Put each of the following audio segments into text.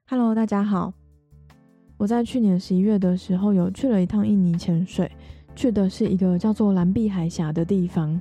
Hello，大家好。我在去年11月的时候有去了一趟印尼潜水，去的是一个叫做蓝碧海峡的地方。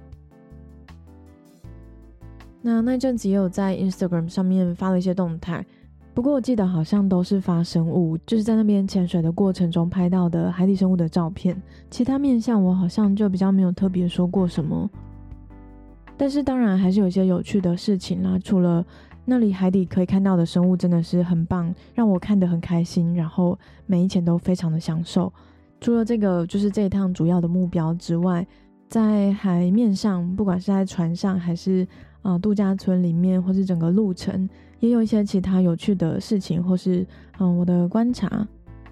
那阵子也有在 Instagram 上面发了一些动态，不过我记得好像都是发生物，就是在那边潜水的过程中拍到的海底生物的照片，其他面向我好像就比较没有特别说过什么。但是当然还是有一些有趣的事情啦，除了那里海底可以看到的生物真的是很棒，让我看得很开心，然后每一潜都非常的享受。除了这个就是这一趟主要的目标之外，在海面上，不管是在船上还是度假村里面，或是整个路程，也有一些其他有趣的事情，或是我的观察。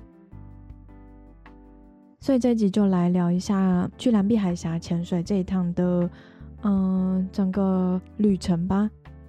所以这一集就来聊一下去蓝碧海峡潜水这一趟的整个旅程吧。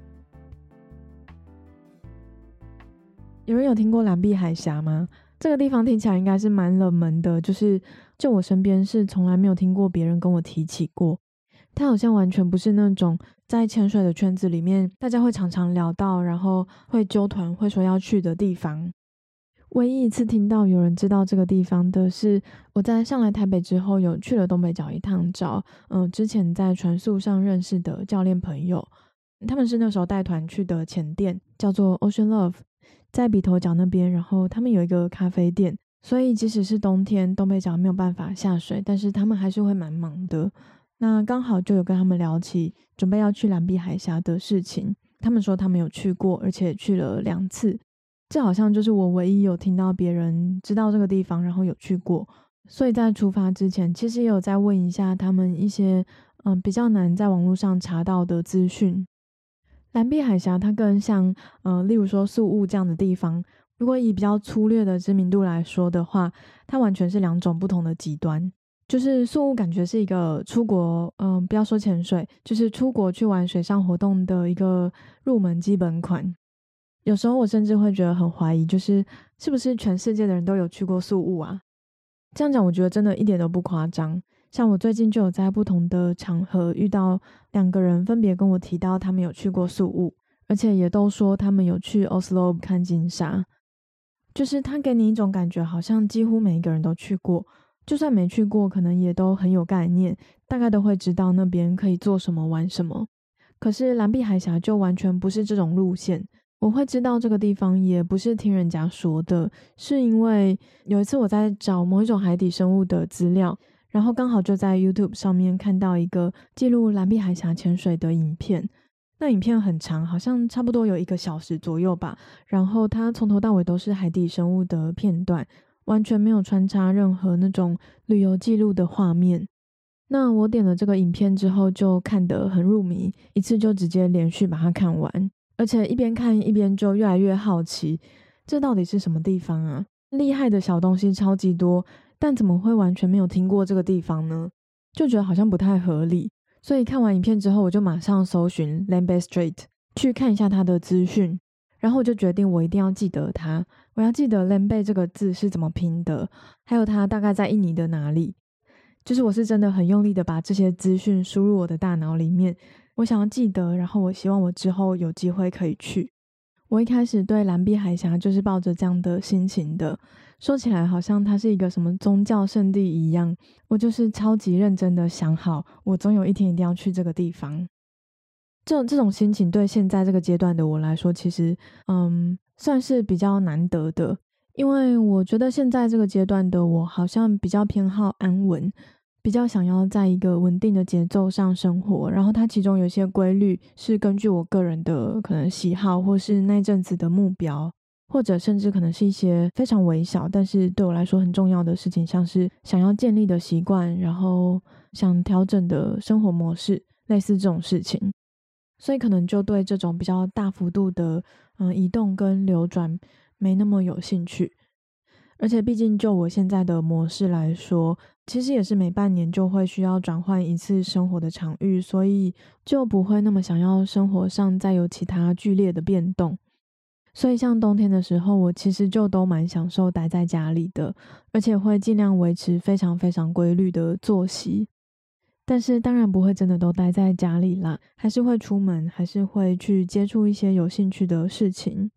有人有听过蓝碧海峡吗？这个地方听起来应该是蛮冷门的，就我身边是从来没有听过别人跟我提起过。它好像完全不是那种在潜水的圈子里面大家会常常聊到，然后会揪团会说要去的地方。唯一一次听到有人知道这个地方的是我在上来台北之后有去了东北角一趟，找之前在船宿上认识的教练朋友，他们是那时候带团去的潜店，叫做 Ocean Love， 在鼻头角那边，然后他们有一个咖啡店，所以即使是冬天东北角没有办法下水，但是他们还是会蛮忙的。那刚好就有跟他们聊起准备要去蓝碧海峡的事情，他们说他们有去过，而且去了2次。这好像就是我唯一有听到别人知道这个地方，然后有去过。所以在出发之前，其实也有在问一下他们一些比较难在网络上查到的资讯。蓝碧海峡它更像例如说宿务这样的地方，如果以比较粗略的知名度来说的话，它完全是2种不同的极端。就是宿务感觉是一个出国不要说潜水，就是出国去玩水上活动的一个入门基本款。有时候我甚至会觉得很怀疑，是不是全世界的人都有去过宿务啊？这样讲我觉得真的一点都不夸张。像我最近就有在不同的场合遇到2个人分别跟我提到他们有去过宿务，而且也都说他们有去 Oslo 看金沙。就是他给你一种感觉好像几乎每一个人都去过，就算没去过可能也都很有概念，大概都会知道那边可以做什么玩什么。可是蓝碧海峡就完全不是这种路线。我会知道这个地方也不是听人家说的，是因为有一次我在找某一种海底生物的资料，然后刚好就在 YouTube 上面看到一个记录蓝碧海峡潜水的影片。那影片很长，好像差不多有1个小时左右吧，然后它从头到尾都是海底生物的片段，完全没有穿插任何那种旅游记录的画面。那我点了这个影片之后就看得很入迷，一次就直接连续把它看完，而且一边看一边就越来越好奇，这到底是什么地方啊？厉害的小东西超级多，但怎么会完全没有听过这个地方呢？就觉得好像不太合理。所以看完影片之后，我就马上搜寻 Land Bay Strait 去看一下它的资讯，然后我就决定我一定要记得它，我要记得 Land Bay 这个字是怎么拼的，还有它大概在印尼的哪里。就是我是真的很用力的把这些资讯输入我的大脑里面，我想要记得，然后我希望我之后有机会可以去。我一开始对蓝碧海峡就是抱着这样的心情的，说起来好像它是一个什么宗教圣地一样，我就是超级认真的想好，我总有一天一定要去这个地方。这种心情对现在这个阶段的我来说，其实算是比较难得的，因为我觉得现在这个阶段的我好像比较偏好安稳，比较想要在一个稳定的节奏上生活，然后它其中有一些规律是根据我个人的可能喜好，或是那阵子的目标，或者甚至可能是一些非常微小但是对我来说很重要的事情，像是想要建立的习惯，然后想调整的生活模式，类似这种事情。所以可能就对这种比较大幅度的移动跟流转没那么有兴趣。而且毕竟就我现在的模式来说，其实也是每半年就会需要转换一次生活的场域，所以就不会那么想要生活上再有其他剧烈的变动。所以像冬天的时候，我其实就都蛮享受待在家里的，而且会尽量维持非常非常规律的作息。但是当然不会真的都待在家里啦，还是会出门，还是会去接触一些有兴趣的事情。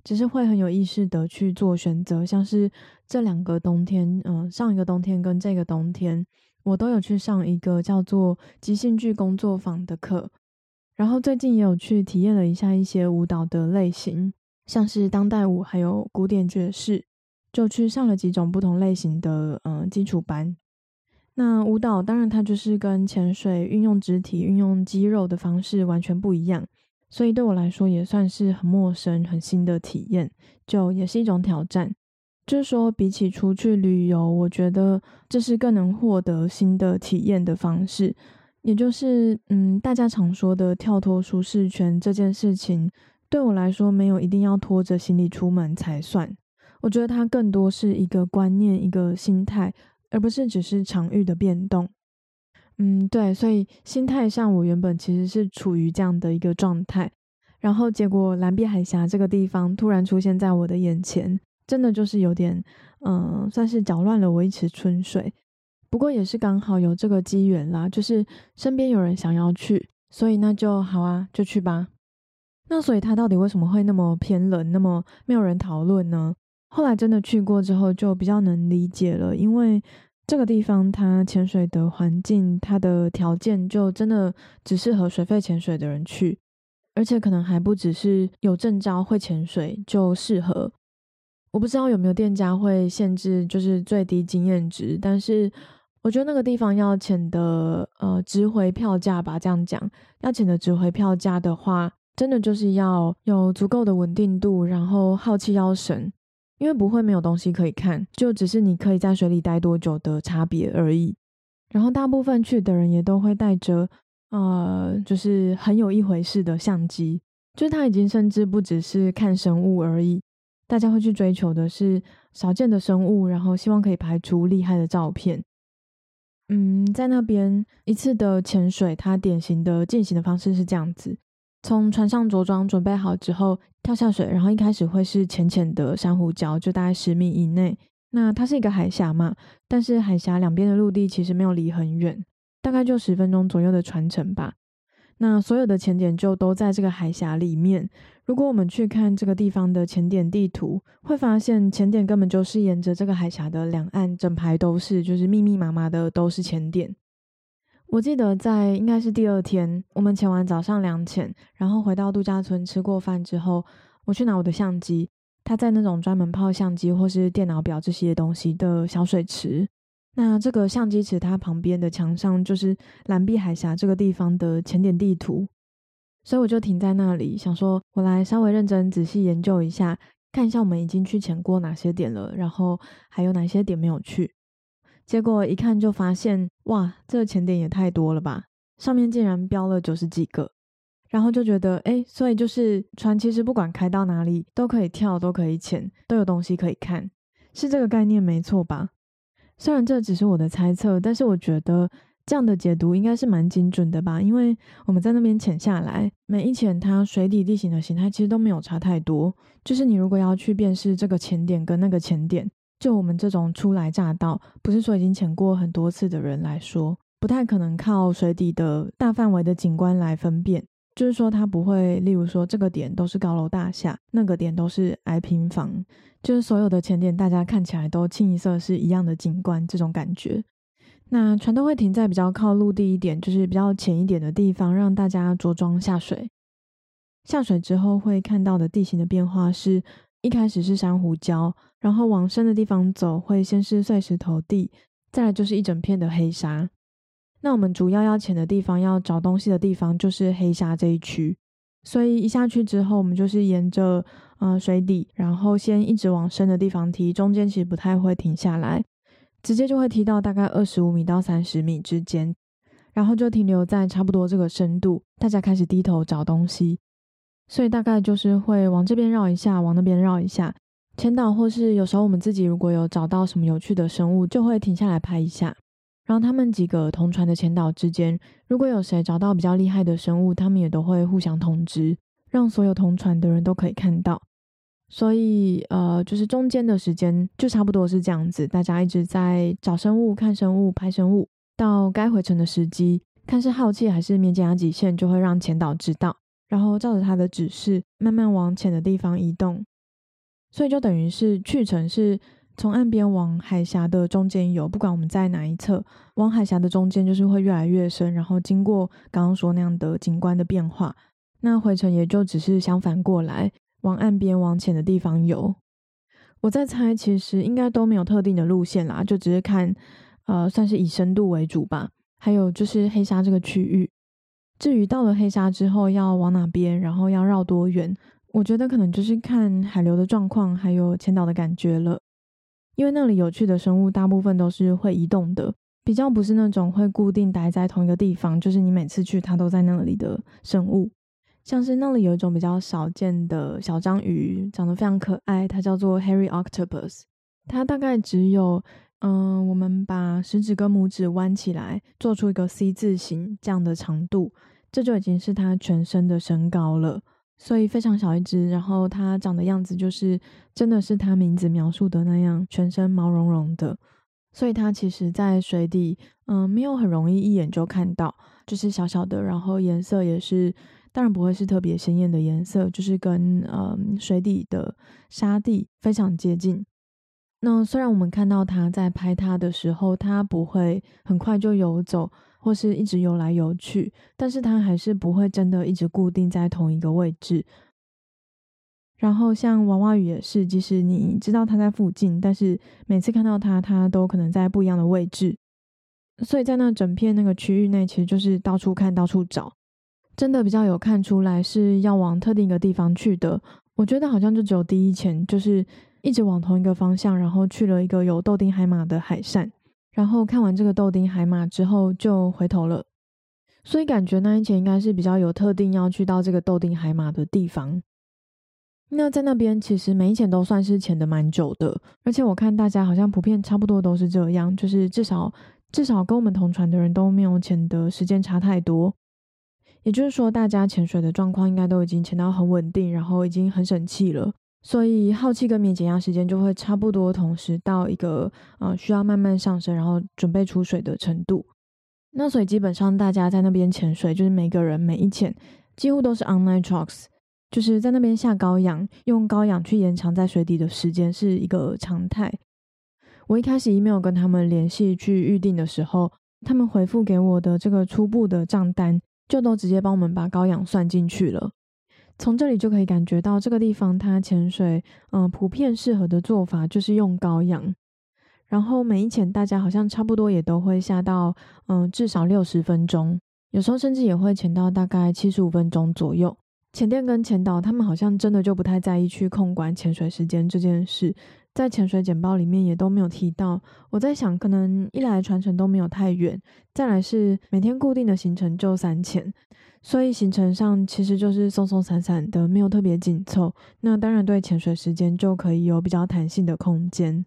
只是会很有意识的去做选择，像是这2个冬天，上一个冬天跟这个冬天，我都有去上一个叫做即兴剧工作坊的课，然后最近也有去体验了一下一些舞蹈的类型，像是当代舞还有古典爵士，就去上了几种不同类型的基础班。那舞蹈当然它就是跟潜水运用肢体、运用肌肉的方式完全不一样，所以对我来说也算是很陌生、很新的体验，就也是一种挑战。就是说比起出去旅游，我觉得这是更能获得新的体验的方式。也就是大家常说的跳脱舒适圈这件事情，对我来说没有一定要拖着行李出门才算。我觉得它更多是一个观念、一个心态，而不是只是场域的变动。对，所以心态上我原本其实是处于这样的一个状态，然后结果蓝碧海峡这个地方突然出现在我的眼前，真的就是有点算是搅乱了我一池春水。不过也是刚好有这个机缘啦，就是身边有人想要去，所以那就好啊，就去吧。那所以它到底为什么会那么偏冷，那么没有人讨论呢？后来真的去过之后就比较能理解了，因为这个地方它潜水的环境，它的条件就真的只适合水肺潜水的人去，而且可能还不只是有证照会潜水就适合。我不知道有没有店家会限制就是最低经验值，但是我觉得那个地方要潜的值回票价吧，这样讲，要潜的值回票价的话，真的就是要有足够的稳定度，然后耗气要省，因为不会没有东西可以看，就只是你可以在水里待多久的差别而已。然后大部分去的人也都会带着就是很有一回事的相机，就是它已经甚至不只是看生物而已，大家会去追求的是少见的生物，然后希望可以拍出厉害的照片。在那边一次的潜水，它典型的进行的方式是这样子：从船上着装准备好之后跳下水，然后一开始会是浅浅的珊瑚礁，就大概10米以内。那它是一个海峡嘛，但是海峡两边的陆地其实没有离很远，大概就10分钟左右的船程吧。那所有的潜点就都在这个海峡里面。如果我们去看这个地方的潜点地图，会发现潜点根本就是沿着这个海峡的两岸，整排都是，就是密密麻麻的都是潜点。我记得在应该是第2天，我们潜完早上2潜，然后回到度假村吃过饭之后，我去拿我的相机，它在那种专门泡相机或是电脑表这些东西的小水池。那这个相机池它旁边的墙上就是蓝碧海峡这个地方的潜点地图，所以我就停在那里，想说我来稍微认真仔细研究一下，看一下我们已经去潜过哪些点了，然后还有哪些点没有去。结果一看就发现，哇，这个潜点也太多了吧，上面竟然标了90几个。然后就觉得所以就是船其实不管开到哪里都可以跳，都可以潜，都有东西可以看，是这个概念没错吧？虽然这只是我的猜测，但是我觉得这样的解读应该是蛮精准的吧，因为我们在那边潜下来，每一潜它水底地形的形态其实都没有差太多，就是你如果要去辨识这个潜点跟那个潜点，就我们这种初来乍到，不是说已经潜过很多次的人来说，不太可能靠水底的大范围的景观来分辨。就是说它不会，例如说这个点都是高楼大厦，那个点都是矮平房，就是所有的潜点大家看起来都清一色是一样的景观，这种感觉。那船都会停在比较靠陆地一点，就是比较浅一点的地方，让大家着装下水。下水之后会看到的地形的变化是，一开始是珊瑚礁，然后往深的地方走会先是碎石头地，再来就是一整片的黑沙。那我们主要要潜的地方，要找东西的地方就是黑沙这一区，所以一下去之后，我们就是沿着水底，然后先一直往深的地方踢，中间其实不太会停下来，直接就会踢到大概25米到30米之间，然后就停留在差不多这个深度，大家开始低头找东西，所以大概就是会往这边绕一下，往那边绕一下，潜导或是有时候我们自己如果有找到什么有趣的生物，就会停下来拍一下。然后他们几个同船的潜导之间，如果有谁找到比较厉害的生物，他们也都会互相通知，让所有同船的人都可以看到。所以就是中间的时间就差不多是这样子，大家一直在找生物、看生物、拍生物，到该回程的时机，看是好气还是免减压极限，就会让潜导知道，然后照着他的指示慢慢往浅的地方移动。 所以就等于是去程是从岸边往海峡的中间游，不管我们在哪一侧，往海峡的中间就是会越来越深，然后经过刚刚说那样的景观的变化。那回程也就只是相反过来，往岸边往浅的地方游。我在猜其实应该都没有特定的路线啦，就只是看算是以深度为主吧。还有就是黑沙这个区域，至于到了黑沙之后要往哪边，然后要绕多远，我觉得可能就是看海流的状况还有前导的感觉了。因为那里有趣的生物大部分都是会移动的，比较不是那种会固定待在同一个地方，就是你每次去它都在那里的生物。像是那里有一种比较少见的小章鱼，长得非常可爱，它叫做 Hairy Octopus。它大概只有我们把食指跟拇指弯起来做出一个 C 字形这样的长度，这就已经是它全身的身高了。所以非常小一只，然后它长的样子就是真的是它名字描述的那样，全身毛茸茸的。所以它其实在水底没有很容易一眼就看到，就是小小的，然后颜色也是当然不会是特别鲜艳的颜色，就是跟水底的沙地非常接近。那虽然我们看到它在拍它的时候，它不会很快就游走，或是一直游来游去，但是它还是不会真的一直固定在同一个位置。然后像娃娃鱼也是，即使你知道它在附近，但是每次看到它，它都可能在不一样的位置。所以在那整片那个区域内，其实就是到处看到处找，真的比较有看出来是要往特定一个地方去的。我觉得好像就只有第一潜，就是一直往同一个方向，然后去了一个有豆丁海马的海扇，然后看完这个豆丁海马之后就回头了。所以感觉那一潜应该是比较有特定要去到这个豆丁海马的地方。那在那边其实每一潜都算是潜的蛮久的，而且我看大家好像普遍差不多都是这样，就是至少跟我们同船的人都没有潜的时间差太多。也就是说大家潜水的状况应该都已经潜到很稳定，然后已经很省气了，所以耗气跟免减压时间就会差不多同时到一个需要慢慢上升，然后准备出水的程度。那所以基本上大家在那边潜水，就是每个人每一潜几乎都是 on nitrox， 就是在那边下高氧，用高氧去延长在水底的时间是一个常态。我一开始 email 跟他们联系去预定的时候，他们回复给我的这个初步的账单就都直接帮我们把高氧算进去了。从这里就可以感觉到这个地方它潜水普遍适合的做法就是用高氧，然后每一潜大家好像差不多也都会下到至少60分钟，有时候甚至也会潜到大概75分钟左右。潜店跟潜导他们好像真的就不太在意去控管潜水时间这件事，在潜水简报里面也都没有提到。我在想可能一来船程都没有太远，再来是每天固定的行程就3潜，所以行程上其实就是松松散散的，没有特别紧凑，那当然对潜水时间就可以有比较弹性的空间。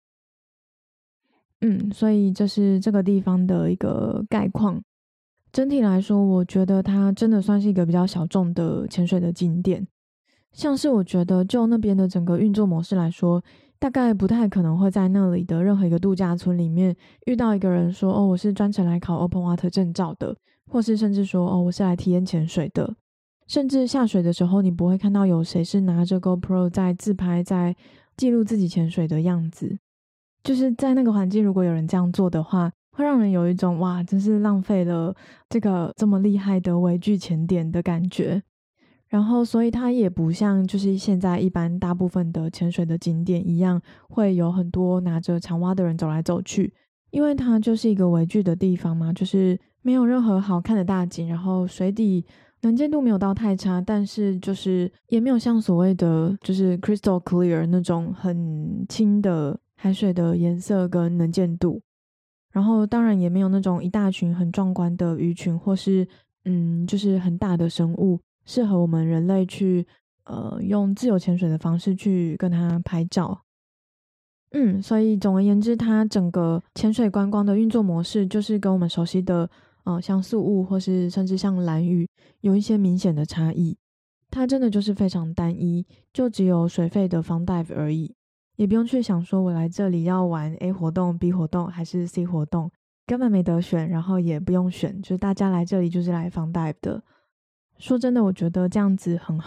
所以这是这个地方的一个概况。整体来说，我觉得它真的算是一个比较小众的潜水的景点。像是我觉得就那边的整个运作模式来说，大概不太可能会在那里的任何一个度假村里面遇到一个人说我是专程来考 Open Water 证照的，或是甚至说我是来体验潜水的。甚至下水的时候你不会看到有谁是拿着 GoPro 在自拍，在记录自己潜水的样子。就是在那个环境如果有人这样做的话，会让人有一种哇真是浪费了这个这么厉害的微距潜点的感觉。然后所以它也不像就是现在一般大部分的潜水的景点一样会有很多拿着长蛙的人走来走去，因为它就是一个微距的地方嘛，就是没有任何好看的大景，然后水底能见度没有到太差，但是就是也没有像所谓的就是 crystal clear 那种很清的海水的颜色跟能见度。然后当然也没有那种一大群很壮观的鱼群，或是就是很大的生物适合我们人类去用自由潜水的方式去跟它拍照。所以总而言之，它整个潜水观光的运作模式就是跟我们熟悉的像宿雾或是甚至像蓝屿有一些明显的差异。它真的就是非常单一，就只有水肺的 fun dive 而已，也不用去想说我来这里要玩 A 活动 B 活动还是 C 活动，根本没得选，然后也不用选，就是大家来这里就是来fun dive的。说真的我觉得这样子很好，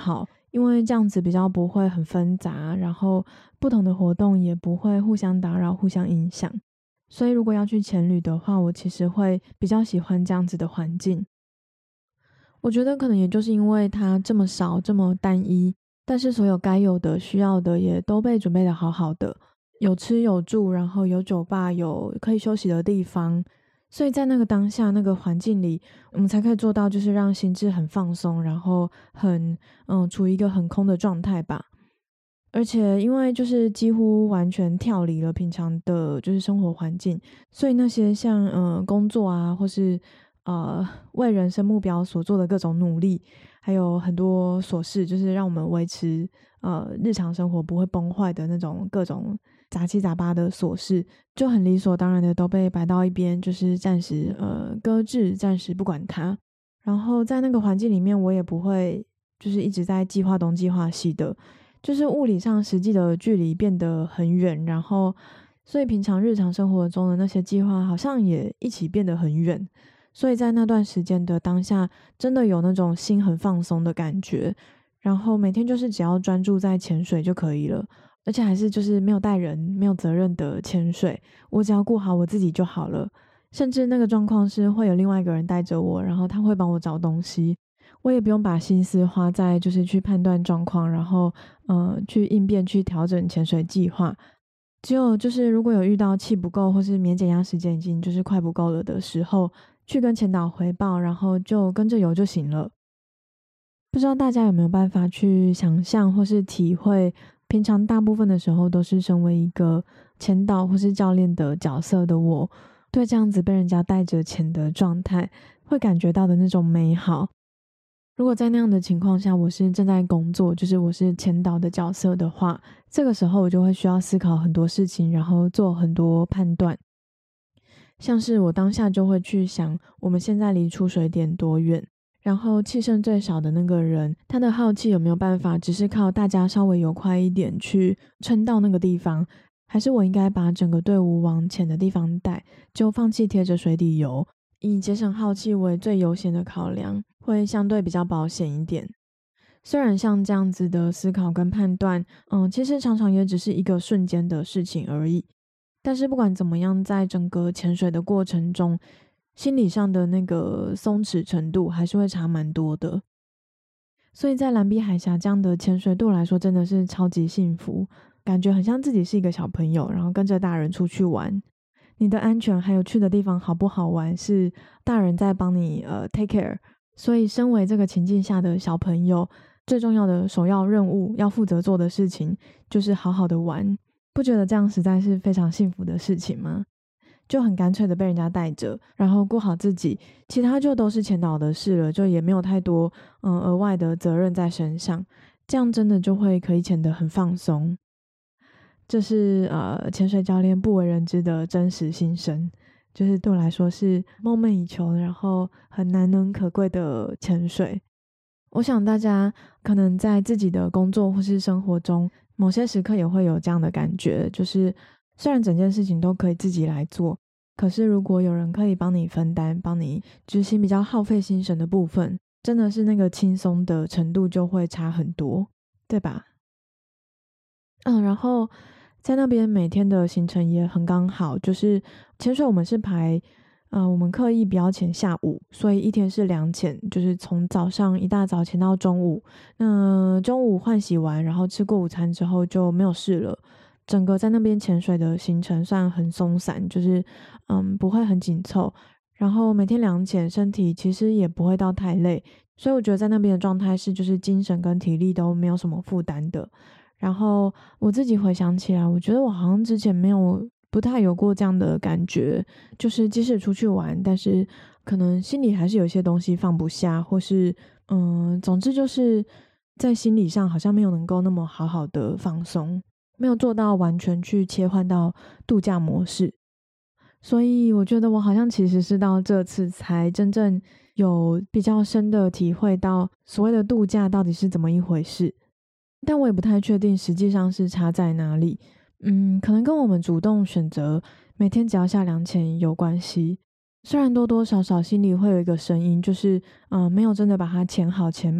因为这样子比较不会很纷杂，然后不同的活动也不会互相打扰、互相影响。所以如果要去潜旅的话，我其实会比较喜欢这样子的环境。我觉得可能也就是因为它这么少、这么单一，但是所有该有的、需要的也都被准备的好好的，有吃有住，然后有酒吧，有可以休息的地方，所以在那个当下、那个环境里，我们才可以做到就是让心智很放松，然后处于一个很空的状态吧。而且因为就是几乎完全跳离了平常的就是生活环境，所以那些像工作啊，或是为人生目标所做的各种努力，还有很多琐事，就是让我们维持日常生活不会崩坏的那种各种杂七杂八的琐事，就很理所当然的都被摆到一边，就是暂时搁置，暂时不管它。然后在那个环境里面，我也不会就是一直在计划东计划西的。就是物理上实际的距离变得很远，然后所以平常日常生活中的那些计划好像也一起变得很远，所以在那段时间的当下，真的有那种心很放松的感觉，然后每天就是只要专注在潜水就可以了，而且还是就是没有带人、没有责任的潜水，我只要顾好我自己就好了。甚至那个状况是会有另外一个人带着我，然后他会帮我找东西，我也不用把心思花在就是去判断状况，然后去应变、去调整潜水计划。只有就是如果有遇到气不够，或是免减压时间已经就是快不够了的时候，去跟前导回报，然后就跟着游就行了。不知道大家有没有办法去想象或是体会，平常大部分的时候都是身为一个前导或是教练的角色的我，对这样子被人家带着潜的状态，会感觉到的那种美好。如果在那样的情况下，我是正在工作，就是我是前导的角色的话，这个时候我就会需要思考很多事情，然后做很多判断。像是我当下就会去想，我们现在离出水点多远，然后气剩最少的那个人，他的耗气有没有办法只是靠大家稍微游快一点去撑到那个地方，还是我应该把整个队伍往浅的地方带，就放弃贴着水底游，以节省耗气为最优先的考量，会相对比较保险一点。虽然像这样子的思考跟判断，其实常常也只是一个瞬间的事情而已。但是不管怎么样，在整个潜水的过程中，心理上的那个松弛程度还是会差蛮多的。所以在蓝碧海峡这样的潜水对我来说真的是超级幸福，感觉很像自己是一个小朋友，然后跟着大人出去玩。你的安全还有去的地方好不好玩，是大人在帮你take care。所以身为这个情境下的小朋友，最重要的首要任务要负责做的事情就是好好的玩。不觉得这样实在是非常幸福的事情吗？就很干脆的被人家带着，然后顾好自己，其他就都是前导的事了，就也没有太多额外的责任在身上，这样真的就会可以潜得很放松。这是潜水教练不为人知的真实心声，就是对我来说是梦寐以求，然后很难能可贵的潜水。我想大家可能在自己的工作或是生活中，某些时刻也会有这样的感觉，就是虽然整件事情都可以自己来做，可是如果有人可以帮你分担，帮你执行比较耗费心神的部分，真的是那个轻松的程度就会差很多，对吧？然后在那边每天的行程也很刚好，就是潜水我们是排我们刻意不要潜下午，所以一天是2潜，就是从早上一大早潜到中午。那中午换洗完，然后吃过午餐之后就没有事了。整个在那边潜水的行程算很松散，就是不会很紧凑。然后每天2潜，身体其实也不会到太累，所以我觉得在那边的状态是就是精神跟体力都没有什么负担的。然后我自己回想起来，我觉得我好像之前不太有过这样的感觉，就是即使出去玩，但是可能心里还是有些东西放不下，或是总之就是在心理上好像没有能够那么好好的放松，没有做到完全去切换到度假模式。所以我觉得我好像其实是到这次才真正有比较深的体会到所谓的度假到底是怎么一回事。但我也不太确定实际上是差在哪里。可能跟我们主动选择每天只要下2潜有关系。虽然多多少少心里会有一个声音，就是没有真的把它潜好潜满，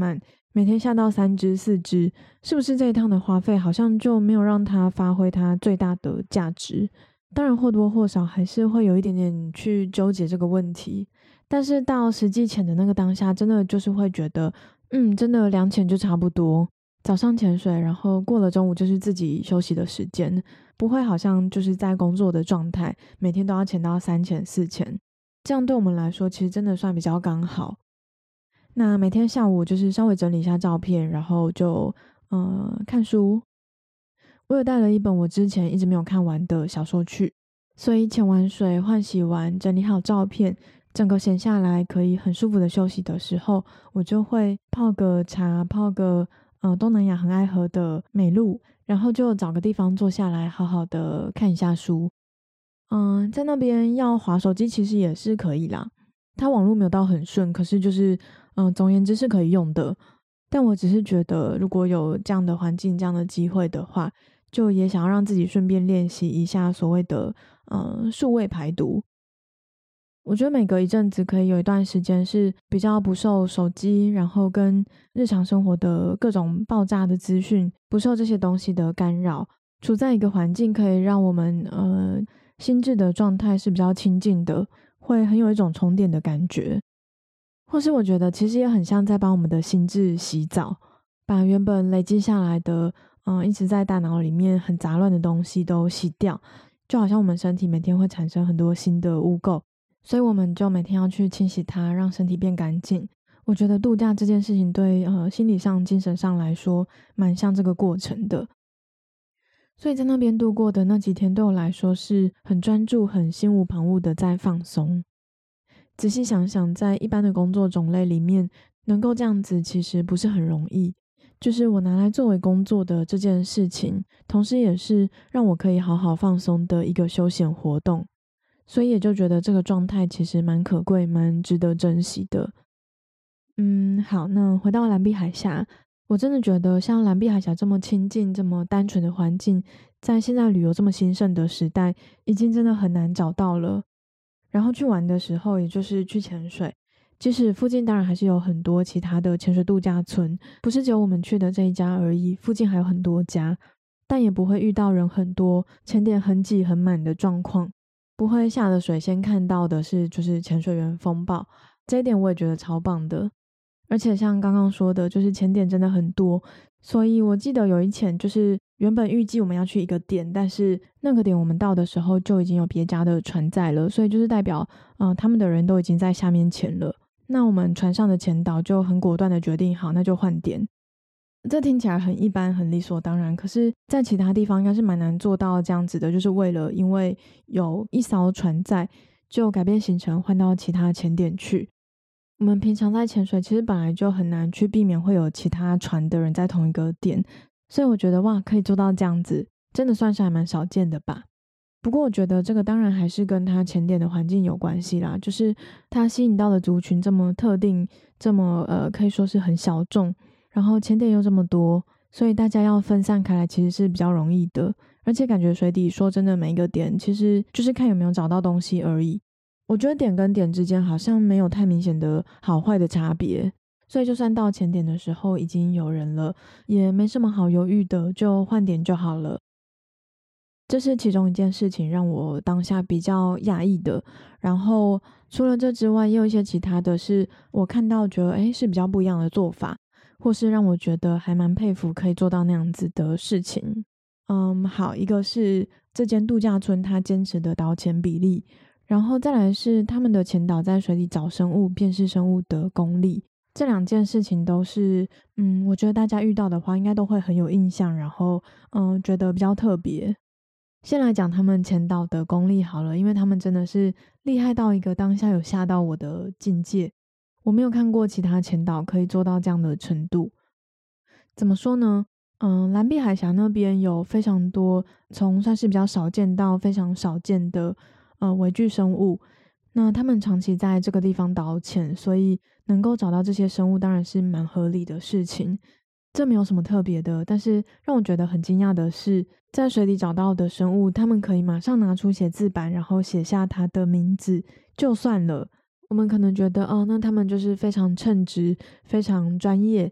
每天下到3只4只，是不是这一趟的花费好像就没有让它发挥它最大的价值？当然或多或少还是会有一点点去纠结这个问题，但是到实际潜的那个当下，真的就是会觉得，真的2潜就差不多。早上潜水，然后过了中午就是自己休息的时间，不会好像就是在工作的状态，每天都要潜到3潜4潜，这样对我们来说其实真的算比较刚好。那每天下午就是稍微整理一下照片，然后就看书。我有带了一本我之前一直没有看完的小说去，所以潜完水、换洗完、整理好照片，整个闲下来可以很舒服的休息的时候，我就会泡个茶，泡个东南亚很爱喝的美露，然后就找个地方坐下来，好好的看一下书。在那边要滑手机其实也是可以啦，它网络没有到很顺，可是就是总而言之是可以用的。但我只是觉得如果有这样的环境、这样的机会的话，就也想要让自己顺便练习一下所谓的数位排毒。我觉得每隔一阵子可以有一段时间是比较不受手机，然后跟日常生活的各种爆炸的资讯，不受这些东西的干扰，处在一个环境可以让我们心智的状态是比较清静的，会很有一种充电的感觉。或是我觉得其实也很像在帮我们的心智洗澡，把原本累积下来的一直在大脑里面很杂乱的东西都洗掉，就好像我们身体每天会产生很多新的污垢，所以我们就每天要去清洗它，让身体变干净。我觉得度假这件事情对心理上、精神上来说蛮像这个过程的。所以在那边度过的那几天对我来说是很专注、很心无旁骛的在放松。仔细想想，在一般的工作种类里面，能够这样子其实不是很容易。就是我拿来作为工作的这件事情，同时也是让我可以好好放松的一个休闲活动，所以也就觉得这个状态其实蛮可贵、蛮值得珍惜的。好，那回到蓝碧海峡，我真的觉得像蓝碧海峡这么亲近、这么单纯的环境，在现在旅游这么兴盛的时代，已经真的很难找到了。然后去玩的时候，也就是去潜水，即使附近当然还是有很多其他的潜水度假村，不是只有我们去的这一家而已，附近还有很多家，但也不会遇到人很多、潜点很挤很满的状况，不会下了水先看到的是就是潜水员风暴，这一点我也觉得超棒的。而且像刚刚说的，就是潜点真的很多，所以我记得有一潜就是原本预计我们要去一个点，但是那个点我们到的时候就已经有别家的船在了，所以就是代表他们的人都已经在下面潜了。那我们船上的潜导就很果断的决定，好，那就换点。这听起来很一般，很理所当然，可是在其他地方应该是蛮难做到这样子的，就是为了因为有一艘船在，就改变行程换到其他潜点去。我们平常在潜水，其实本来就很难去避免会有其他船的人在同一个点，所以我觉得哇，可以做到这样子，真的算是还蛮少见的吧。不过我觉得这个当然还是跟它潜点的环境有关系啦，就是它吸引到的族群这么特定，这么可以说是很小众，然后潜点又这么多，所以大家要分散开来其实是比较容易的。而且感觉水底说真的每一个点其实就是看有没有找到东西而已。我觉得点跟点之间好像没有太明显的好坏的差别，所以就算到前点的时候已经有人了，也没什么好犹豫的，就换点就好了。这是其中一件事情让我当下比较讶异的。然后除了这之外，也有一些其他的是我看到觉得是比较不一样的做法，或是让我觉得还蛮佩服可以做到那样子的事情。好，一个是这间度假村它坚持的导潜比例，然后再来是他们的潜导在水里找生物、辨识生物的功力。这两件事情都是我觉得大家遇到的话应该都会很有印象，然后觉得比较特别。先来讲他们潜导的功力好了，因为他们真的是厉害到一个当下有吓到我的境界。我没有看过其他潜导可以做到这样的程度。怎么说呢？蓝碧海峡那边有非常多从算是比较少见到非常少见的微距生物，那他们长期在这个地方导潜，所以能够找到这些生物当然是蛮合理的事情，这没有什么特别的。但是让我觉得很惊讶的是，在水里找到的生物，他们可以马上拿出写字板，然后写下他的名字就算了。我们可能觉得那他们就是非常称职非常专业，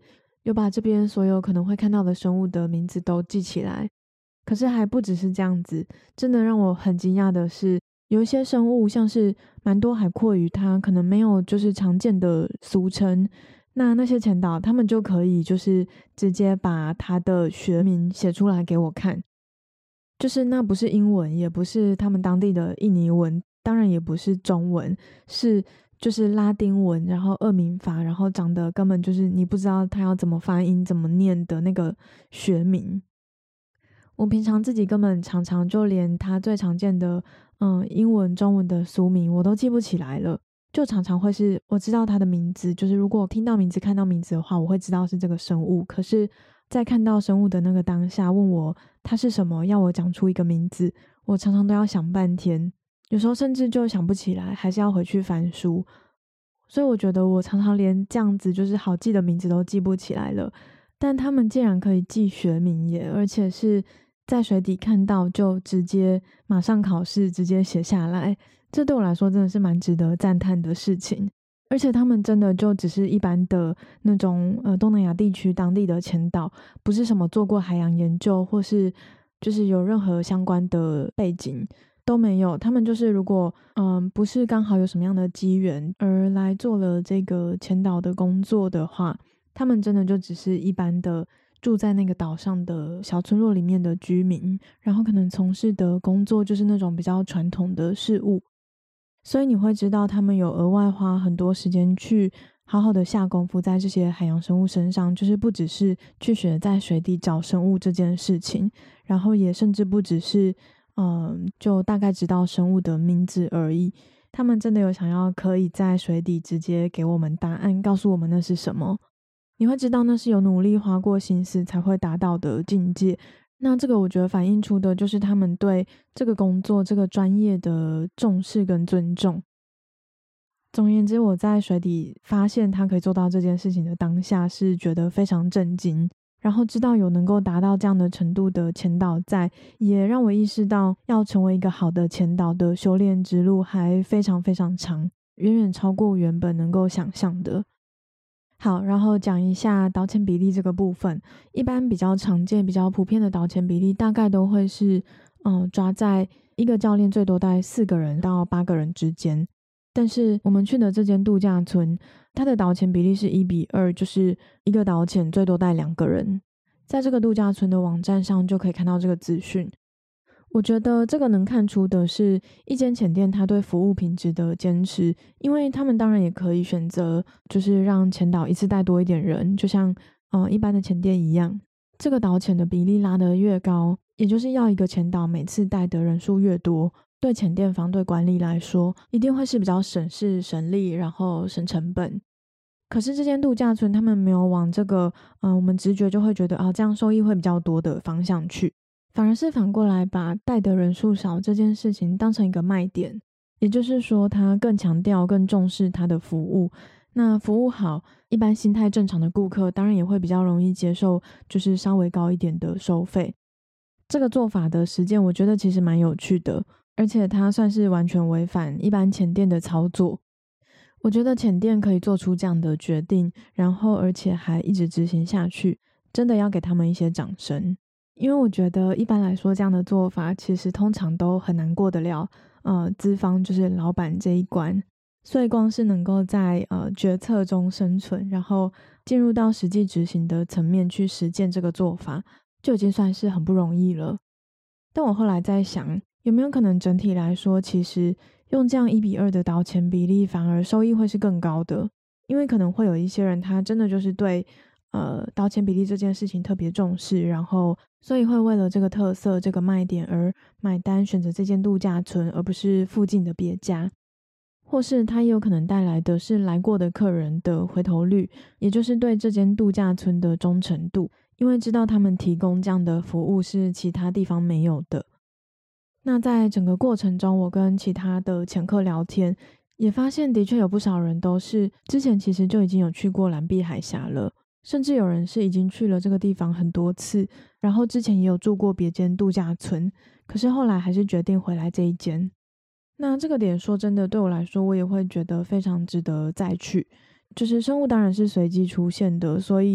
有把这边所有可能会看到的生物的名字都记起来。可是还不只是这样子，真的让我很惊讶的是，有一些生物像是蛮多海蛞蝓，它可能没有就是常见的俗称，那些前导他们就可以就是直接把它的学名写出来给我看，就是那不是英文，也不是他们当地的印尼文，当然也不是中文，是就是拉丁文，然后俄名法，然后长得根本就是你不知道它要怎么发音怎么念的那个学名。我平常自己根本常常就连它最常见的英文中文的俗名我都记不起来了，就常常会是我知道它的名字，就是如果听到名字看到名字的话，我会知道是这个生物，可是在看到生物的那个当下问我它是什么，要我讲出一个名字，我常常都要想半天，有时候甚至就想不起来，还是要回去翻书。所以我觉得我常常连这样子就是好记的名字都记不起来了，但他们竟然可以记学名耶，而且是在水底看到就直接马上考试直接写下来，这对我来说真的是蛮值得赞叹的事情。而且他们真的就只是一般的那种东南亚地区当地的前导，不是什么做过海洋研究或是就是有任何相关的背景都没有。他们就是如果不是刚好有什么样的机缘而来做了这个前导的工作的话，他们真的就只是一般的住在那个岛上的小村落里面的居民，然后可能从事的工作就是那种比较传统的事物。所以你会知道他们有额外花很多时间去好好的下功夫在这些海洋生物身上，就是不只是去学在水底找生物这件事情，然后也甚至不只是就大概知道生物的名字而已，他们真的有想要可以在水底直接给我们答案，告诉我们那是什么。你会知道那是有努力花过心思才会达到的境界。那这个我觉得反映出的就是他们对这个工作这个专业的重视跟尊重。总而言之，我在水底发现他可以做到这件事情的当下是觉得非常震惊，然后知道有能够达到这样的程度的前导在，也让我意识到要成为一个好的前导的修炼之路还非常非常长，远远超过原本能够想象的。好，然后讲一下导潜比例这个部分。一般比较常见、比较普遍的导潜比例，大概都会是，抓在一个教练最多大概4个人到8个人之间。但是我们去的这间度假村，它的导潜比例是1:2，就是一个导潜最多带2个人。在这个度假村的网站上就可以看到这个资讯。我觉得这个能看出的是一间潜店它对服务品质的坚持，因为他们当然也可以选择就是让潜导一次带多一点人，就像一般的潜店一样，这个导潜的比例拉得越高，也就是要一个潜导每次带的人数越多，对潜店方对管理来说一定会是比较省事省力，然后省成本。可是这间度假村他们没有往这个我们直觉就会觉得这样收益会比较多的方向去，反而是反过来把带的人数少这件事情当成一个卖点，也就是说他更强调更重视他的服务。那服务好，一般心态正常的顾客当然也会比较容易接受就是稍微高一点的收费。这个做法的实践我觉得其实蛮有趣的，而且它算是完全违反一般潜店的操作。我觉得潜店可以做出这样的决定，然后而且还一直执行下去，真的要给他们一些掌声。因为我觉得一般来说这样的做法其实通常都很难过得了资方就是老板这一关，所以光是能够在决策中生存，然后进入到实际执行的层面去实践这个做法，就已经算是很不容易了。但我后来在想，有没有可能整体来说其实用这样1:2的导潜比例反而收益会是更高的，因为可能会有一些人他真的就是对导潜比例这件事情特别重视，然后所以会为了这个特色这个卖点而买单选择这间度假村而不是附近的别家，或是他也有可能带来的是来过的客人的回头率，也就是对这间度假村的忠诚度，因为知道他们提供这样的服务是其他地方没有的。那在整个过程中，我跟其他的潜客聊天，也发现的确有不少人都是之前其实就已经有去过蓝碧海峡了，甚至有人是已经去了这个地方很多次，然后之前也有住过别间度假村，可是后来还是决定回来这一间。那这个点说真的对我来说，我也会觉得非常值得再去。就是生物当然是随机出现的，所以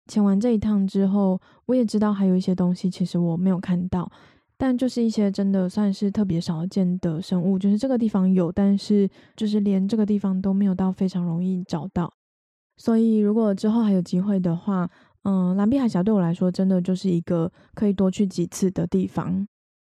前完这一趟之后，我也知道还有一些东西其实我没有看到，但就是一些真的算是特别少见的生物，就是这个地方有，但是就是连这个地方都没有到非常容易找到。所以如果之后还有机会的话，蓝碧海峡对我来说真的就是一个可以多去几次的地方。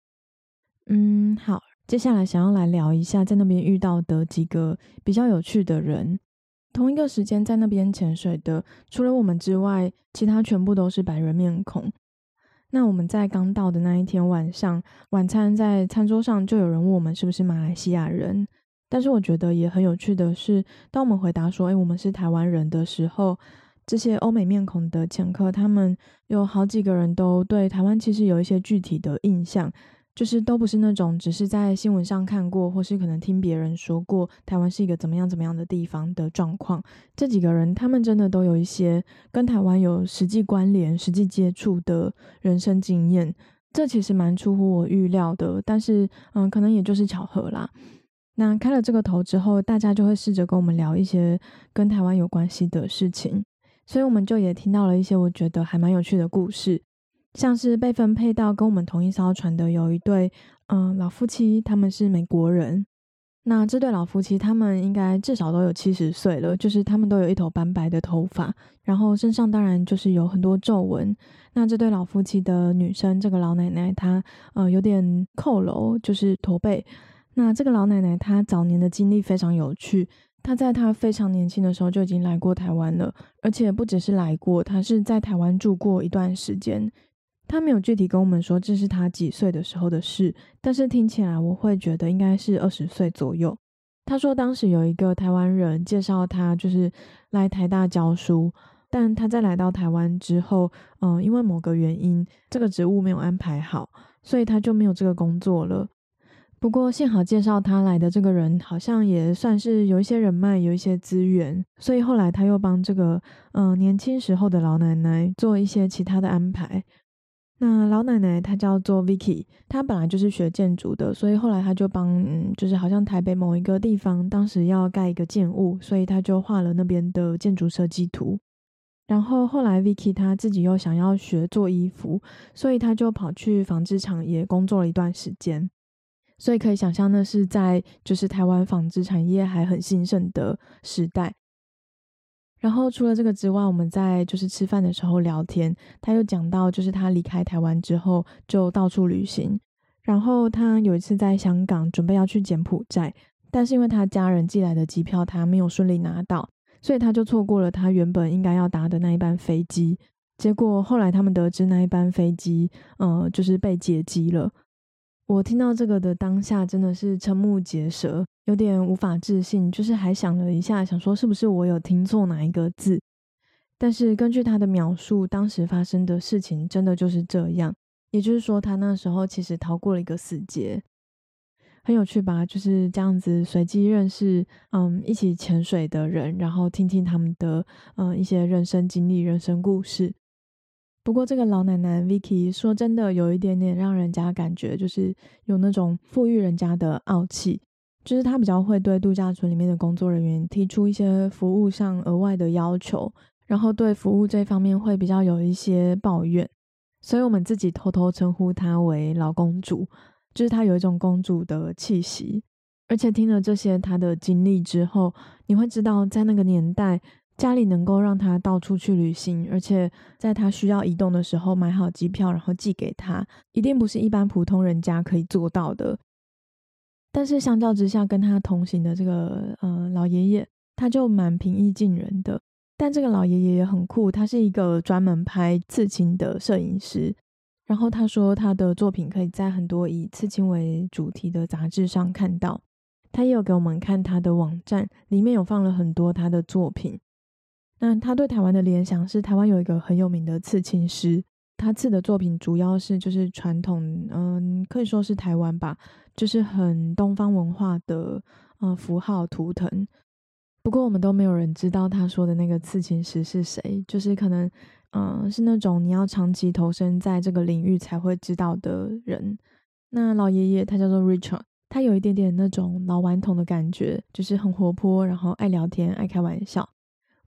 好，接下来想要来聊一下在那边遇到的几个比较有趣的人。同一个时间在那边潜水的，除了我们之外，其他全部都是白人面孔。那我们在刚到的那一天晚上，晚餐在餐桌上就有人问我们是不是马来西亚人，但是我觉得也很有趣的是，当我们回答说我们是台湾人的时候，这些欧美面孔的潜客，他们有好几个人都对台湾其实有一些具体的印象，就是都不是那种只是在新闻上看过，或是可能听别人说过台湾是一个怎么样怎么样的地方的状况。这几个人他们真的都有一些跟台湾有实际关联、实际接触的人生经验，这其实蛮出乎我预料的，但是可能也就是巧合啦。那开了这个头之后，大家就会试着跟我们聊一些跟台湾有关系的事情，所以我们就也听到了一些我觉得还蛮有趣的故事，像是被分配到跟我们同一艘船的有一对老夫妻，他们是美国人。那这对老夫妻他们应该至少都有70岁了，就是他们都有一头斑白的头发，然后身上当然就是有很多皱纹。那这对老夫妻的女生，这个老奶奶她有点佝偻，就是驼背。那这个老奶奶她早年的经历非常有趣，她在她非常年轻的时候就已经来过台湾了，而且不只是来过，她是在台湾住过一段时间。她没有具体跟我们说这是她几岁的时候的事，但是听起来我会觉得应该是20岁左右。她说当时有一个台湾人介绍她就是来台大教书，但她在来到台湾之后，因为某个原因，这个职务没有安排好，所以她就没有这个工作了。不过幸好介绍他来的这个人好像也算是有一些人脉，有一些资源，所以后来他又帮这个年轻时候的老奶奶做一些其他的安排。那老奶奶她叫做 Vicky， 她本来就是学建筑的，所以后来她就帮就是好像台北某一个地方当时要盖一个建物，所以她就画了那边的建筑设计图。然后后来 Vicky 她自己又想要学做衣服，所以她就跑去纺织厂也工作了一段时间。所以可以想象那是在就是台湾纺织产业还很兴盛的时代。然后除了这个之外，我们在就是吃饭的时候聊天，他又讲到就是他离开台湾之后就到处旅行，然后他有一次在香港准备要去柬埔寨，但是因为他家人寄来的机票他没有顺利拿到，所以他就错过了他原本应该要搭的那一班飞机。结果后来他们得知那一班飞机就是被劫机了。我听到这个的当下真的是瞠目结舌，有点无法置信，就是还想了一下，想说是不是我有听错哪一个字。但是根据他的描述，当时发生的事情真的就是这样，也就是说他那时候其实逃过了一个死劫。很有趣吧，就是这样子随机认识一起潜水的人，然后听听他们的一些人生经历、人生故事。不过这个老奶奶 Vicky 说真的有一点点让人家感觉就是有那种富裕人家的傲气，就是她比较会对度假村里面的工作人员提出一些服务上额外的要求，然后对服务这方面会比较有一些抱怨，所以我们自己偷偷称呼她为老公主，就是她有一种公主的气息。而且听了这些她的经历之后，你会知道在那个年代家里能够让他到处去旅行，而且在他需要移动的时候买好机票然后寄给他，一定不是一般普通人家可以做到的。但是相较之下，跟他同行的这个老爷爷，他就蛮平易近人的。但这个老爷爷也很酷，他是一个专门拍刺青的摄影师。然后他说他的作品可以在很多以刺青为主题的杂志上看到。他也有给我们看他的网站，里面有放了很多他的作品。那他对台湾的联想是台湾有一个很有名的刺青师，他刺的作品主要是就是传统可以说是台湾吧，就是很东方文化的符号图腾。不过我们都没有人知道他说的那个刺青师是谁，就是可能是那种你要长期投身在这个领域才会知道的人。那老爷爷他叫做 Richard， 他有一点点那种老顽童的感觉，就是很活泼，然后爱聊天爱开玩笑。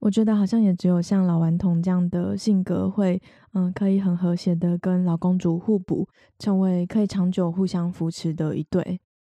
我觉得好像也只有像老顽童这样的性格会，可以很和谐的跟老公主互补，成为可以长久互相扶持的一对。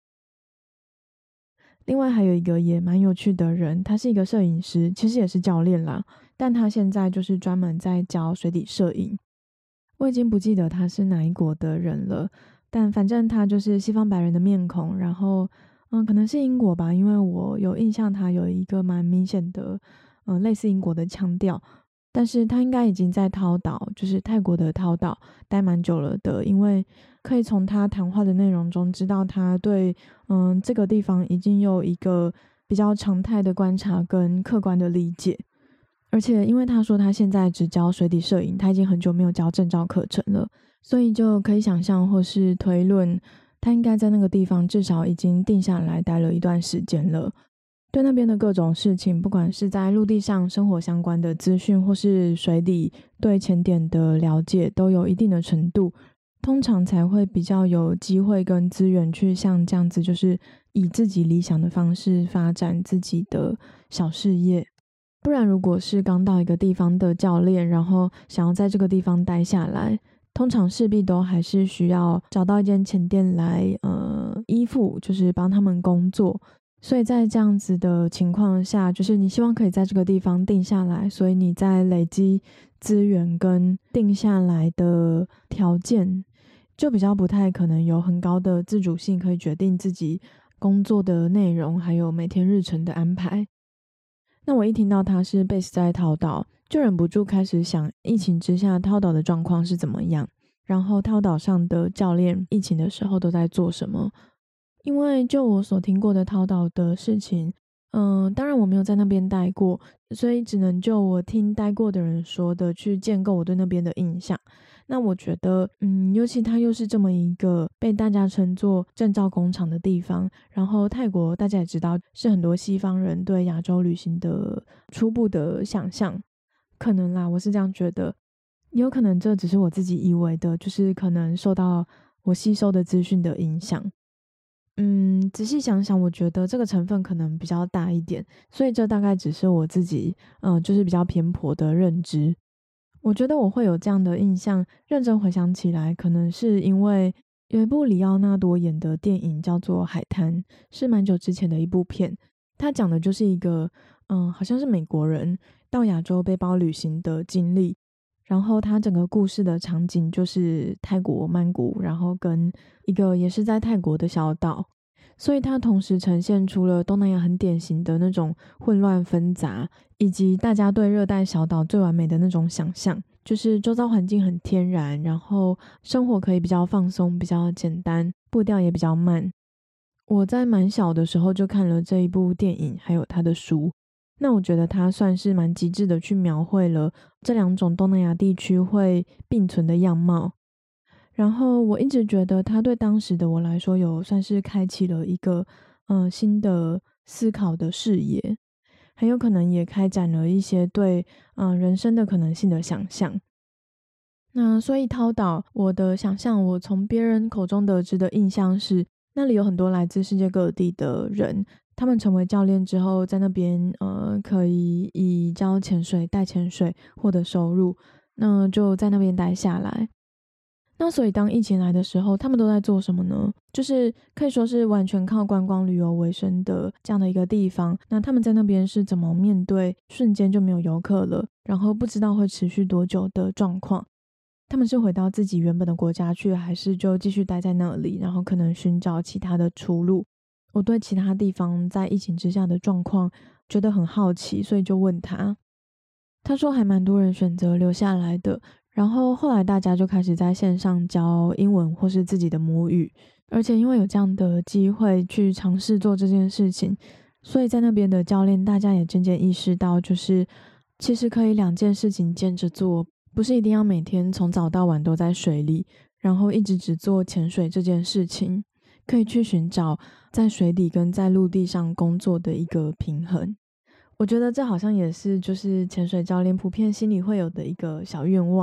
另外还有一个也蛮有趣的人，他是一个摄影师，其实也是教练啦，但他现在就是专门在教水底摄影。我已经不记得他是哪一国的人了，但反正他就是西方白人的面孔，然后可能是英国吧，因为我有印象他有一个蛮明显的类似英国的腔调，但是他应该已经在涛岛，就是泰国的涛岛待蛮久了的，因为可以从他谈话的内容中知道他对这个地方已经有一个比较常态的观察跟客观的理解。而且因为他说他现在只教水底摄影，他已经很久没有教证照课程了，所以就可以想象或是推论，他应该在那个地方至少已经定下来待了一段时间了。对那边的各种事情，不管是在陆地上生活相关的资讯，或是水底对潜点的了解，都有一定的程度，通常才会比较有机会跟资源去像这样子，就是以自己理想的方式发展自己的小事业。不然如果是刚到一个地方的教练，然后想要在这个地方待下来，通常势必都还是需要找到一间潜店来依附，就是帮他们工作。所以在这样子的情况下，就是你希望可以在这个地方定下来，所以你在累积资源跟定下来的条件，就比较不太可能有很高的自主性，可以决定自己工作的内容，还有每天日程的安排。那我一听到他是 base 在涛岛，就忍不住开始想疫情之下涛岛的状况是怎么样，然后涛岛上的教练疫情的时候都在做什么。因为就我所听过的涛岛的事情，当然我没有在那边待过，所以只能就我听待过的人说的去建构我对那边的印象。那我觉得，尤其它又是这么一个被大家称作证照工厂的地方，然后泰国大家也知道是很多西方人对亚洲旅行的初步的想象，可能啦，我是这样觉得，也有可能这只是我自己以为的，就是可能受到我吸收的资讯的影响。仔细想想，我觉得这个成分可能比较大一点，所以这大概只是我自己，就是比较偏颇的认知。我觉得我会有这样的印象，认真回想起来，可能是因为有一部里奥纳多演的电影叫做《海滩》，是蛮久之前的一部片。它讲的就是一个，好像是美国人到亚洲背包旅行的经历。然后它整个故事的场景就是泰国曼谷，然后跟一个也是在泰国的小岛，所以它同时呈现出了东南亚很典型的那种混乱纷杂，以及大家对热带小岛最完美的那种想象，就是周遭环境很天然，然后生活可以比较放松，比较简单，步调也比较慢。我在蛮小的时候就看了这一部电影，还有他的书。那我觉得它算是蛮极致的去描绘了这两种东南亚地区会并存的样貌。然后我一直觉得它对当时的我来说有算是开启了一个新的思考的视野，很有可能也开展了一些对人生的可能性的想象。那所以涛岛，我的想象，我从别人口中得知的印象是，那里有很多来自世界各地的人，他们成为教练之后，在那边可以以教潜水、带潜水获得收入，那就在那边待下来。那所以当疫情来的时候，他们都在做什么呢？就是可以说是完全靠观光旅游为生的这样的一个地方。那他们在那边是怎么面对瞬间就没有游客了，然后不知道会持续多久的状况？他们是回到自己原本的国家去，还是就继续待在那里，然后可能寻找其他的出路？我对其他地方在疫情之下的状况觉得很好奇，所以就问他。他说还蛮多人选择留下来的，然后后来大家就开始在线上教英文或是自己的母语，而且因为有这样的机会去尝试做这件事情，所以在那边的教练大家也渐渐意识到，就是其实可以两件事情兼着做，不是一定要每天从早到晚都在水里，然后一直只做潜水这件事情，可以去寻找在水底跟在陆地上工作的一个平衡。我觉得这好像也是就是潜水教练普遍心里会有的一个小愿望，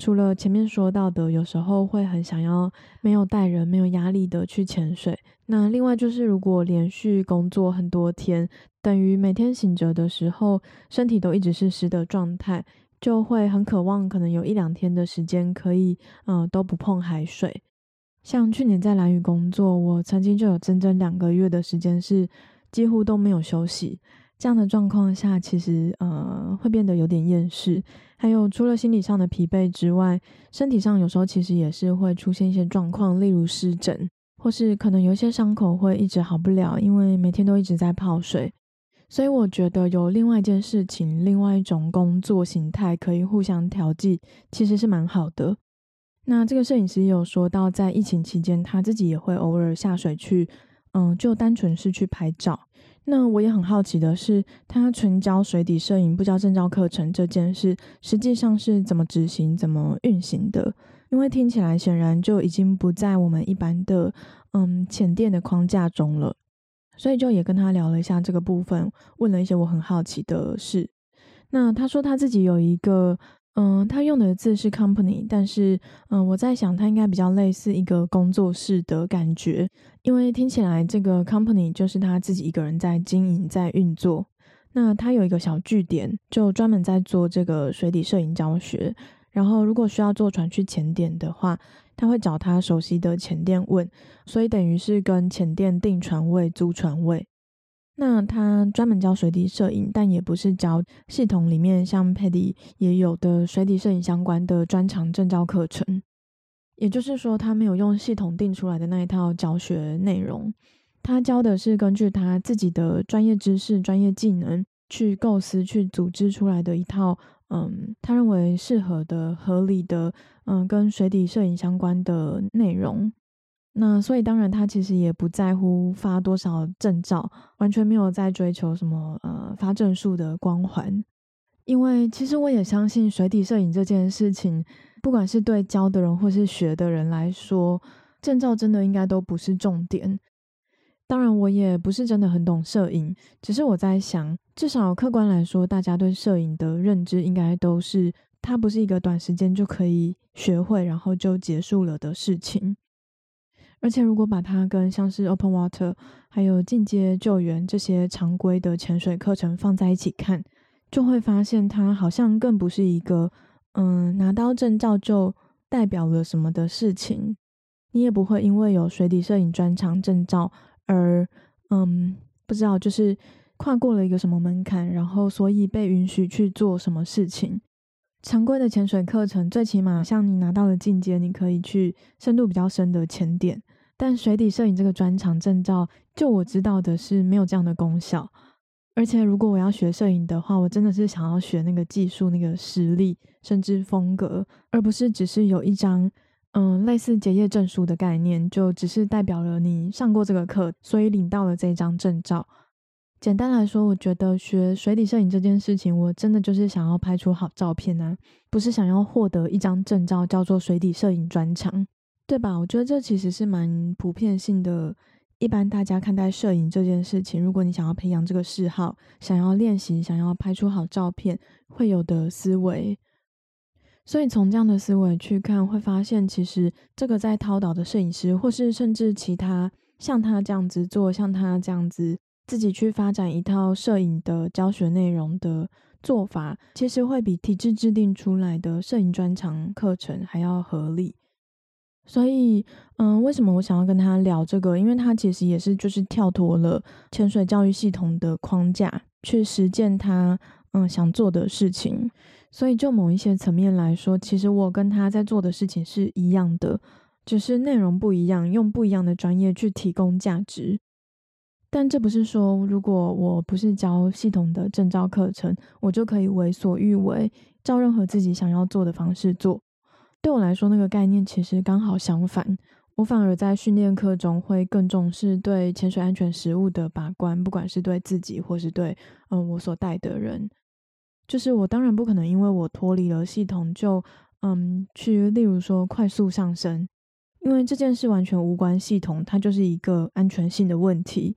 除了前面说到的，有时候会很想要没有带人、没有压力的去潜水。那另外就是如果连续工作很多天，等于每天醒着的时候，身体都一直是湿的状态，就会很渴望可能有1-2天的时间可以都不碰海水。像去年在兰屿工作，我曾经就有整整2个月的时间是几乎都没有休息。这样的状况下，其实会变得有点厌世，还有除了心理上的疲惫之外，身体上有时候其实也是会出现一些状况，例如湿疹，或是可能有一些伤口会一直好不了，因为每天都一直在泡水。所以我觉得有另外一件事情，另外一种工作形态可以互相调剂，其实是蛮好的。那这个摄影师也有说到，在疫情期间，他自己也会偶尔下水去，就单纯是去拍照。那我也很好奇的是，他纯教水底摄影不教证照课程这件事，实际上是怎么执行、怎么运行的？因为听起来显然就已经不在我们一般的潜店的框架中了。所以就也跟他聊了一下这个部分，问了一些我很好奇的事。那他说他自己有一个他用的字是 company， 但是我在想他应该比较类似一个工作室的感觉，因为听起来这个 company 就是他自己一个人在经营在运作。那他有一个小据点，就专门在做这个水底摄影教学，然后如果需要坐船去潜点的话，他会找他熟悉的潜店问，所以等于是跟潜店订船位租船位。那他专门教水底摄影，但也不是教系统里面像 Paddy 也有的水底摄影相关的专长证照课程。也就是说，他没有用系统定出来的那一套教学内容，他教的是根据他自己的专业知识、专业技能去构思、去组织出来的一套他认为适合的、合理的跟水底摄影相关的内容。那所以当然他其实也不在乎发多少证照，完全没有在追求什么发证书的光环。因为其实我也相信水底摄影这件事情，不管是对教的人或是学的人来说，证照真的应该都不是重点。当然我也不是真的很懂摄影，只是我在想，至少客观来说，大家对摄影的认知应该都是它不是一个短时间就可以学会然后就结束了的事情。而且如果把它跟像是 Open Water 还有进阶救援这些常规的潜水课程放在一起看，就会发现它好像更不是一个拿到证照就代表了什么的事情。你也不会因为有水底摄影专长证照而不知道就是跨过了一个什么门槛，然后所以被允许去做什么事情。常规的潜水课程最起码像你拿到了进阶，你可以去深度比较深的潜点，但水底摄影这个专长证照，就我知道的是没有这样的功效。而且如果我要学摄影的话，我真的是想要学那个技术、那个实力，甚至风格，而不是只是有一张类似结业证书的概念，就只是代表了你上过这个课，所以领到了这张证照。简单来说，我觉得学水底摄影这件事情，我真的就是想要拍出好照片啊，不是想要获得一张证照叫做水底摄影专长，对吧？我觉得这其实是蛮普遍性的，一般大家看待摄影这件事情，如果你想要培养这个嗜好，想要练习，想要拍出好照片，会有的思维。所以从这样的思维去看，会发现其实这个在涛岛的摄影师，或是甚至其他像他这样子做，像他这样子自己去发展一套摄影的教学内容的做法，其实会比体制制定出来的摄影专长课程还要合理。所以为什么我想要跟他聊这个，因为他其实也是就是跳脱了潜水教育系统的框架去实践他想做的事情。所以就某一些层面来说，其实我跟他在做的事情是一样的，只是内容不一样，用不一样的专业去提供价值。但这不是说如果我不是教系统的证照课程，我就可以为所欲为，照任何自己想要做的方式做。对我来说，那个概念其实刚好相反，我反而在训练课中会更重视对潜水安全实务的把关，不管是对自己或是对我所带的人。就是我当然不可能因为我脱离了系统就去例如说快速上升，因为这件事完全无关系统，它就是一个安全性的问题。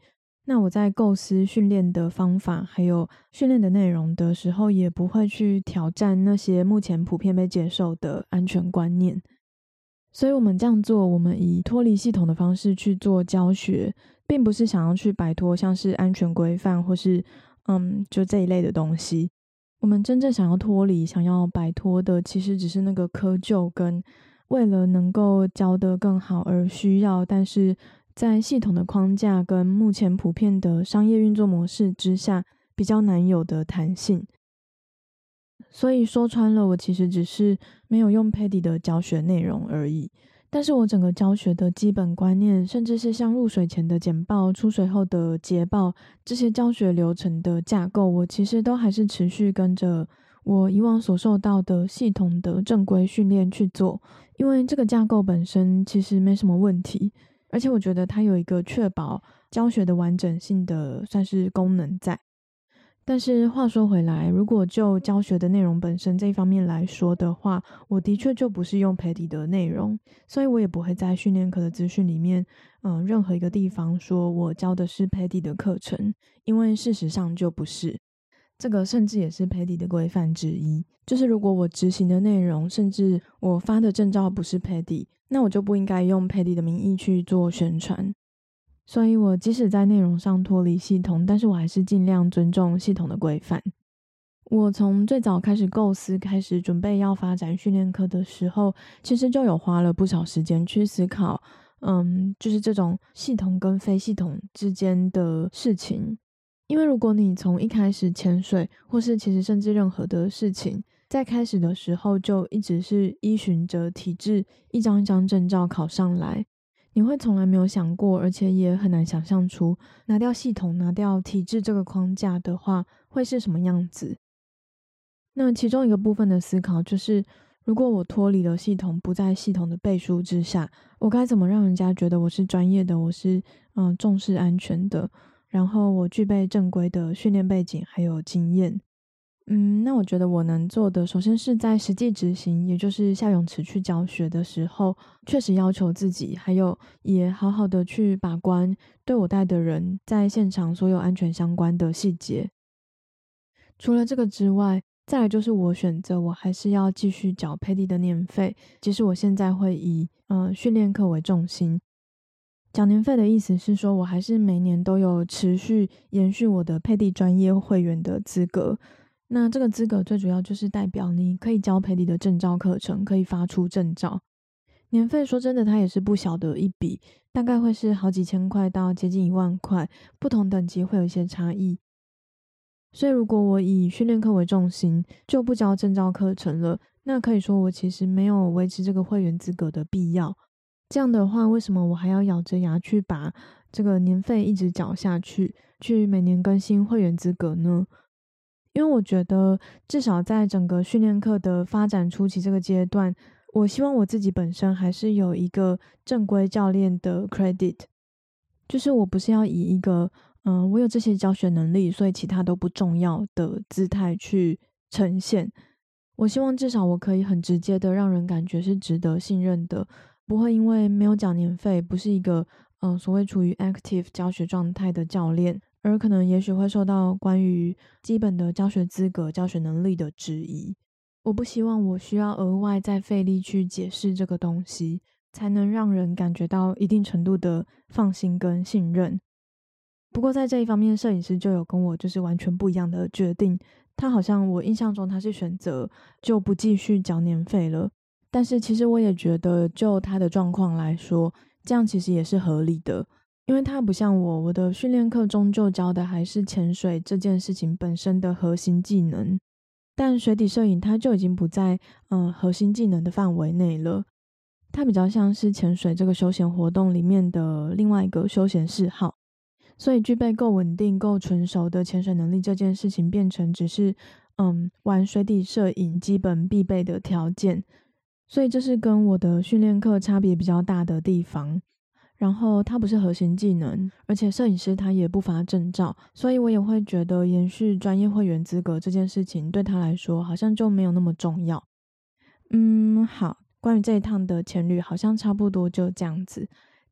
那我在构思训练的方法还有训练的内容的时候，也不会去挑战那些目前普遍被接受的安全观念。所以我们这样做，我们以脱离系统的方式去做教学，并不是想要去摆脱像是安全规范或是就这一类的东西。我们真正想要脱离、想要摆脱的，其实只是那个窠臼跟为了能够教得更好而需要，但是在系统的框架跟目前普遍的商业运作模式之下，比较难有的弹性。所以说穿了，我其实只是没有用 PADI 的教学内容而已。但是我整个教学的基本观念，甚至是像入水前的简报、出水后的捷报，这些教学流程的架构，我其实都还是持续跟着我以往所受到的系统的正规训练去做。因为这个架构本身其实没什么问题，而且我觉得它有一个确保教学的完整性的算是功能在。但是话说回来，如果就教学的内容本身这一方面来说的话，我的确就不是用 PADI 的内容，所以我也不会在训练课的资讯里面，任何一个地方说我教的是 PADI 的课程，因为事实上就不是。这个甚至也是 PADI 的规范之一，就是如果我执行的内容，甚至我发的证照不是 PADI，那我就不应该用 PADI 的名义去做宣传。所以我即使在内容上脱离系统，但是我还是尽量尊重系统的规范。我从最早开始构思、开始准备要发展训练课的时候，其实就有花了不少时间去思考，就是这种系统跟非系统之间的事情。因为如果你从一开始潜水，或是其实甚至任何的事情，在开始的时候就一直是依循着体制，一张一张证照考上来，你会从来没有想过，而且也很难想象出拿掉系统、拿掉体制这个框架的话，会是什么样子。那其中一个部分的思考就是，如果我脱离了系统，不在系统的背书之下，我该怎么让人家觉得我是专业的，我是重视安全的，然后我具备正规的训练背景还有经验。那我觉得我能做的，首先是在实际执行，也就是下泳池去教学的时候，确实要求自己，还有也好好的去把关对我带的人在现场所有安全相关的细节。除了这个之外，再来就是我选择我还是要继续缴 PADI 的年费，即使我现在会以训练课为重心。缴年费的意思是说，我还是每年都有持续延续我的PADI专业会员的资格。那这个资格最主要就是代表你可以教PADI的证照课程，可以发出证照。年费说真的，它也是不小的一笔，大概会是好几千块到接近1万块，不同等级会有一些差异。所以如果我以训练课为重心，就不教证照课程了，那可以说我其实没有维持这个会员资格的必要。这样的话，为什么我还要咬着牙去把这个年费一直缴下去，去每年更新会员资格呢？因为我觉得至少在整个训练课的发展初期这个阶段，我希望我自己本身还是有一个正规教练的 credit， 就是我不是要以一个我有这些教学能力，所以其他都不重要的姿态去呈现。我希望至少我可以很直接的让人感觉是值得信任的，不会因为没有缴年费，不是一个所谓处于 active 教学状态的教练，而可能也许会受到关于基本的教学资格、教学能力的质疑。我不希望我需要额外再费力去解释这个东西，才能让人感觉到一定程度的放心跟信任。不过在这一方面，摄影师就有跟我就是完全不一样的决定。他好像我印象中他是选择就不继续缴年费了，但是其实我也觉得就他的状况来说，这样其实也是合理的。因为他不像我的训练课终究教的还是潜水这件事情本身的核心技能，但水底摄影它就已经不在核心技能的范围内了。它比较像是潜水这个休闲活动里面的另外一个休闲嗜好，所以具备够稳定、够纯熟的潜水能力这件事情，变成只是玩水底摄影基本必备的条件。所以这是跟我的训练课差别比较大的地方。然后它不是核心技能，而且摄影师他也不发证照，所以我也会觉得延续专业会员资格这件事情对他来说好像就没有那么重要。好，关于这一趟的潜旅好像差不多就这样子。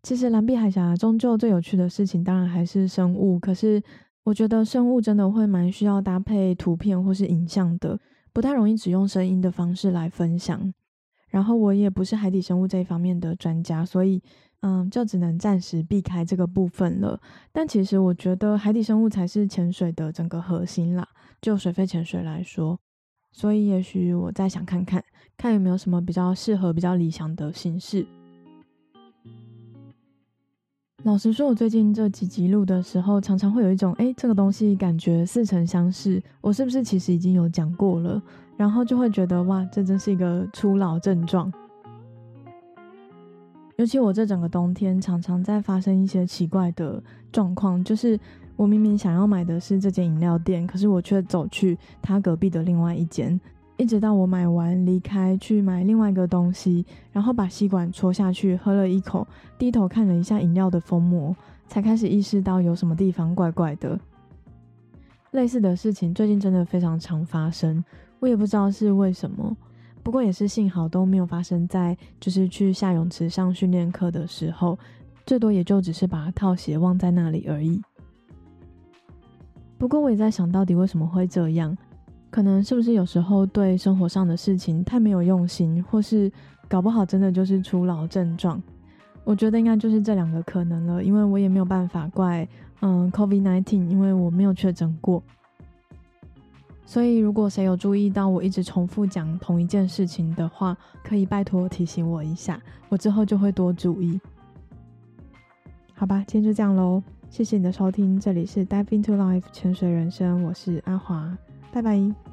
其实蓝碧海峡终究最有趣的事情当然还是生物，可是我觉得生物真的会蛮需要搭配图片或是影像的，不太容易只用声音的方式来分享。然后我也不是海底生物这一方面的专家，所以就只能暂时避开这个部分了。但其实我觉得海底生物才是潜水的整个核心啦，就水肺潜水来说。所以也许我再想看看有没有什么比较适合比较理想的形式。老实说，我最近这几集录的时候常常会有一种这个东西感觉似曾相识，我是不是其实已经有讲过了，然后就会觉得哇，这真是一个初老症状。尤其我这整个冬天常常在发生一些奇怪的状况，就是我明明想要买的是这间饮料店，可是我却走去它隔壁的另外一间，一直到我买完离开去买另外一个东西，然后把吸管戳下去喝了一口，低头看了一下饮料的封膜，才开始意识到有什么地方怪怪的。类似的事情最近真的非常常发生，我也不知道是为什么，不过也是幸好都没有发生在就是去下泳池上训练课的时候，最多也就只是把套鞋忘在那里而已。不过我也在想到底为什么会这样，可能是不是有时候对生活上的事情太没有用心，或是搞不好真的就是初老症状。我觉得应该就是这两个可能了，因为我也没有办法怪COVID-19， 因为我没有确诊过。所以如果谁有注意到我一直重复讲同一件事情的话，可以拜托提醒我一下，我之后就会多注意。好吧，今天就这样咯，谢谢你的收听，这里是 Dive into Life 潜水人生，我是阿华，拜拜。